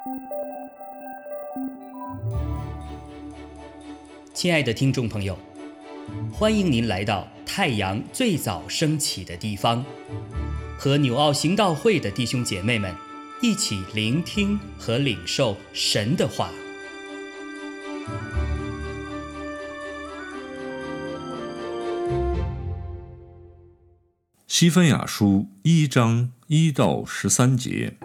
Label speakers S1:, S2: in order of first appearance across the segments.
S1: 亲爱的听众朋友，欢迎您来到太阳最早升起的地方，和纽奥行道会的弟兄姐妹们一起聆听和领受神的话。
S2: 西番雅书1章1到13节。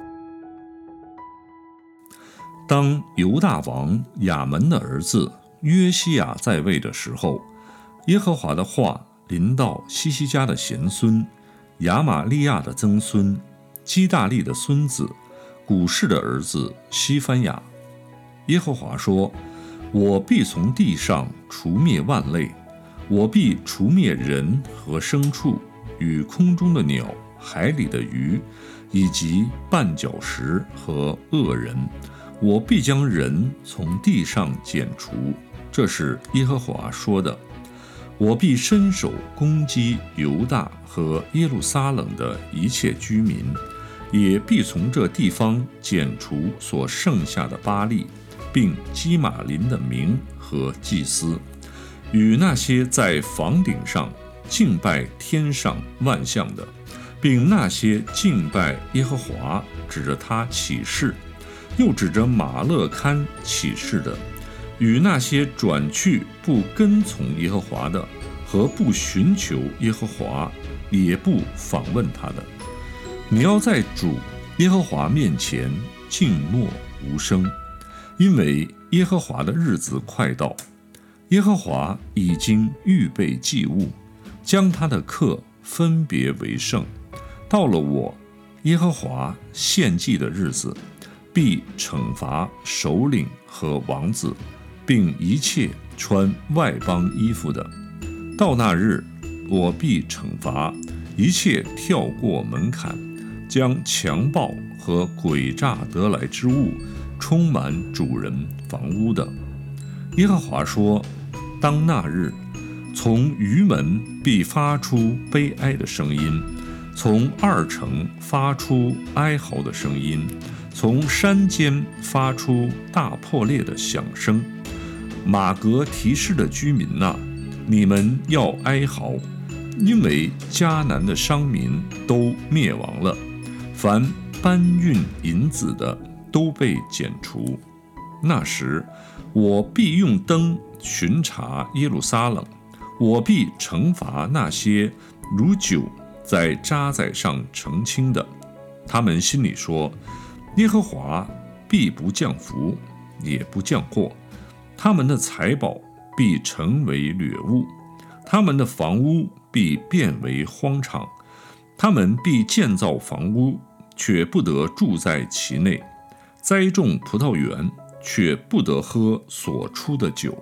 S2: 当犹大王亚门的儿子约西亚在位的时候，耶和华的话临到西西家的贤孙亚玛利亚的曾孙基大利的孙子古示的儿子西番雅。耶和华说：我必从地上除灭万类，我必除灭人和牲畜与空中的鸟、海里的鱼，以及绊脚石和恶人，我必将人从地上剪除。这是耶和华说的。我必伸手攻击犹大和耶路撒冷的一切居民，也必从这地方剪除所剩下的巴力，并基玛林的民和祭司，与那些在房顶上敬拜天上万象的，并那些敬拜耶和华指着他起誓，又指着马勒堪起誓的，与那些转去不跟从耶和华的，和不寻求耶和华也不访问他的。你要在主耶和华面前静默无声，因为耶和华的日子快到。耶和华已经预备祭物，将他的客分别为圣。到了我耶和华献祭的日子，必惩罚首领和王子，并一切穿外邦衣服的。到那日，我必惩罚一切跳过门槛，将强暴和诡诈得来之物充满主人房屋的。耶和华说：当那日，从鱼门必发出悲哀的声音，从二城发出哀嚎的声音，从山间发出大破裂的响声。马革提示的居民哪，你们要哀嚎，因为迦南的商民都灭亡了，凡搬运银子的都被剪除。那时，我必用灯巡查耶路撒冷，我必惩罚那些如酒在渣滓上澄清的。他们心里说：耶和华必不降福，也不降祸，他们的财宝必成为掠物，他们的房屋必变为荒场，他们必建造房屋，却不得住在其内，栽种葡萄园，却不得喝所出的酒。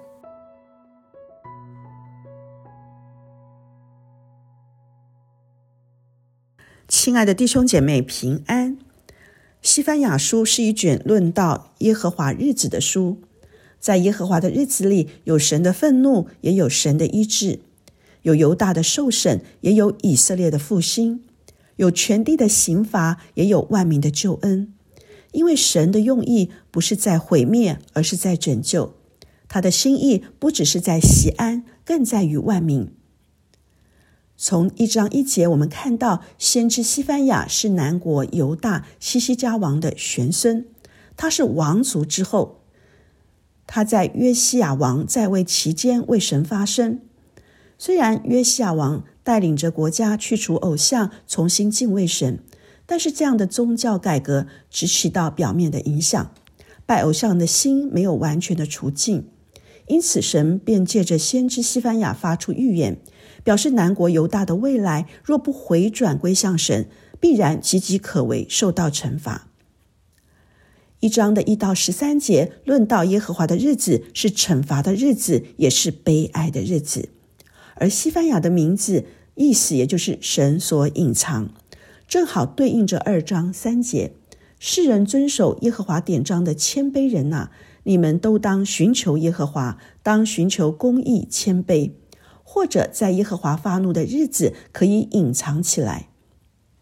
S3: 亲爱的弟兄姐妹平安。西番雅书是一卷论到耶和华日子的书，在耶和华的日子里，有神的愤怒，也有神的医治，有犹大的受审，也有以色列的复兴，有全地的刑罚，也有万民的救恩。因为神的用意不是在毁灭，而是在拯救，他的心意不只是在锡安，更在于万民。从1章1节我们看到，先知西番雅是南国犹大西西家王的玄孙，他是王族之后，他在约西亚王在位期间为神发声。虽然约西亚王带领着国家去除偶像，重新敬畏神，但是这样的宗教改革只起到表面的影响，拜偶像的心没有完全的除尽。因此神便借着先知西番雅发出预言，表示南国犹大的未来若不回转归向神，必然岌岌可危，受到惩罚。1章的1到13节论到耶和华的日子是惩罚的日子，也是悲哀的日子。而西番雅的名字意思也就是神所隐藏，正好对应着2章3节，世人遵守耶和华典章的谦卑人哪，你们都当寻求耶和华，当寻求公义谦卑，或者在耶和华发怒的日子可以隐藏起来。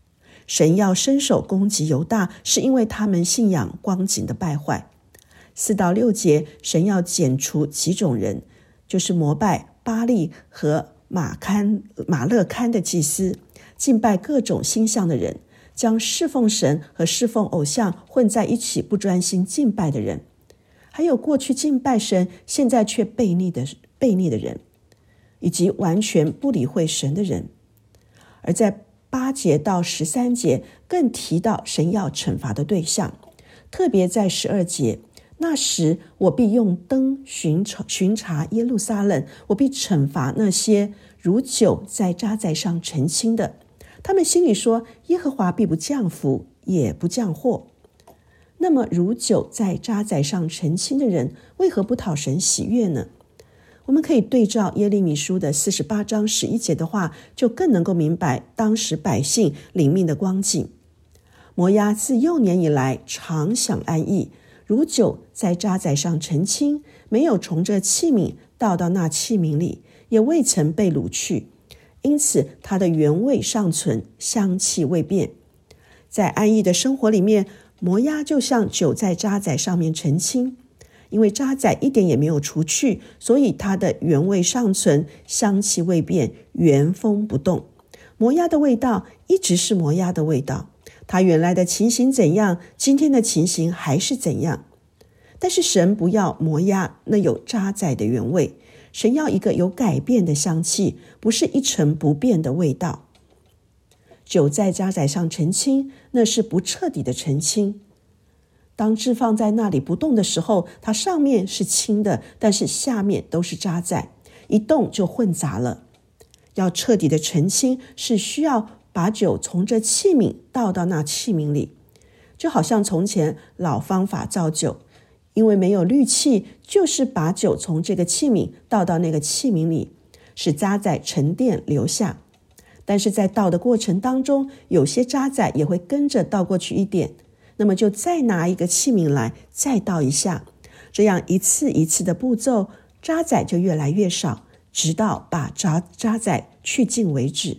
S3: 神要伸手攻击犹大，是因为他们信仰光景的败坏。4到6节，神要剪除几种人，就是膜拜巴力和马勒堪的祭司，敬拜各种星象的人，将侍奉神和侍奉偶像混在一起不专心敬拜的人，还有过去敬拜神现在却悖逆的人，以及完全不理会神的人。而在8节到13节更提到神要惩罚的对象，特别在12节，那时我必用灯巡查耶路撒冷，我必惩罚那些如酒在渣滓上澄清的。他们心里说，耶和华必不降福，也不降祸。那么如酒在渣滓上澄清的人，为何不讨神喜悦呢？我们可以对照耶利米书的48章11节的话，就更能够明白当时百姓领命的光景。摩押自幼年以来常享安逸，如酒在渣滓上澄清，没有从这器皿倒到那器皿里，也未曾被掳去，因此它的原味尚存，香气未变。在安逸的生活里面，摩押就像酒在渣滓上面澄清，因为渣滓一点也没有除去，所以它的原味尚存，香气未变，原封不动。摩押的味道一直是摩押的味道，它原来的情形怎样，今天的情形还是怎样。但是神不要摩押那有渣滓的原味，神要一个有改变的香气，不是一成不变的味道。酒在渣滓上澄清，那是不彻底的澄清。当置放在那里不动的时候，它上面是清的，但是下面都是渣滓，一动就混杂了。要彻底的澄清，是需要把酒从这器皿倒到那器皿里，就好像从前老方法造酒，因为没有滤器，就是把酒从这个器皿倒到那个器皿里，使渣滓沉淀留下。但是在倒的过程当中，有些渣滓也会跟着倒过去一点，那么就再拿一个器皿来再倒一下，这样一次一次的步骤，渣滓就越来越少，直到把渣滓去尽为止。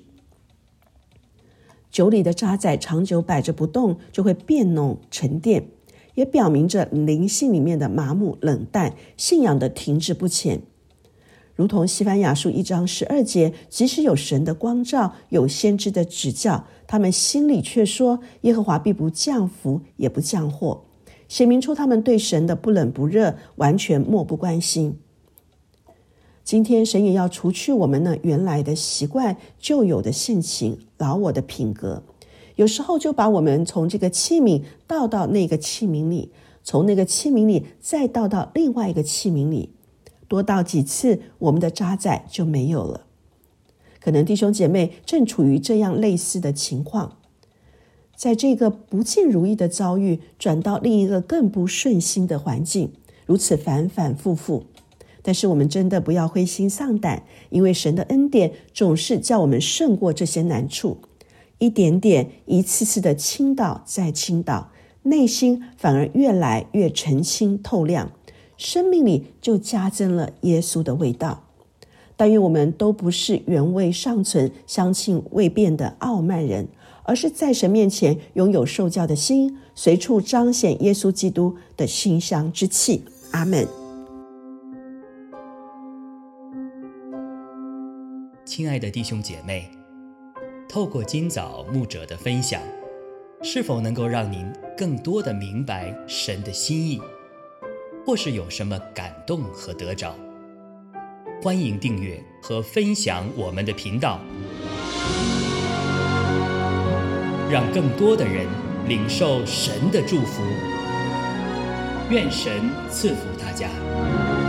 S3: 酒里的渣滓长久摆着不动，就会变浓沉淀，也表明着灵性里面的麻木冷淡，信仰的停滞不前。如同西番雅书1章12节，即使有神的光照，有先知的指教，他们心里却说，耶和华必不降福，也不降祸，显明出他们对神的不冷不热，完全漠不关心。今天神也要除去我们原来的习惯，旧有的性情，老我的品格，有时候就把我们从这个器皿倒到那个器皿里，从那个器皿里再倒到另外一个器皿里，多倒几次，我们的渣滓就没有了。可能弟兄姐妹正处于这样类似的情况，在这个不尽如意的遭遇，转到另一个更不顺心的环境，如此反反复复。但是我们真的不要灰心丧胆，因为神的恩典总是叫我们胜过这些难处，一点点一次次的倾倒再倾倒，内心反而越来越澄清透亮，生命里就加增了耶稣的味道。但愿我们都不是原味尚存、香气未变的傲慢人，而是在神面前拥有受教的心，随处彰显耶稣基督的馨香之气。阿们。
S1: 亲爱的弟兄姐妹，透过今早牧者的分享，是否能够让您更多的明白神的心意，或是有什么感动和得着？欢迎订阅和分享我们的频道，让更多的人领受神的祝福。愿神赐福大家。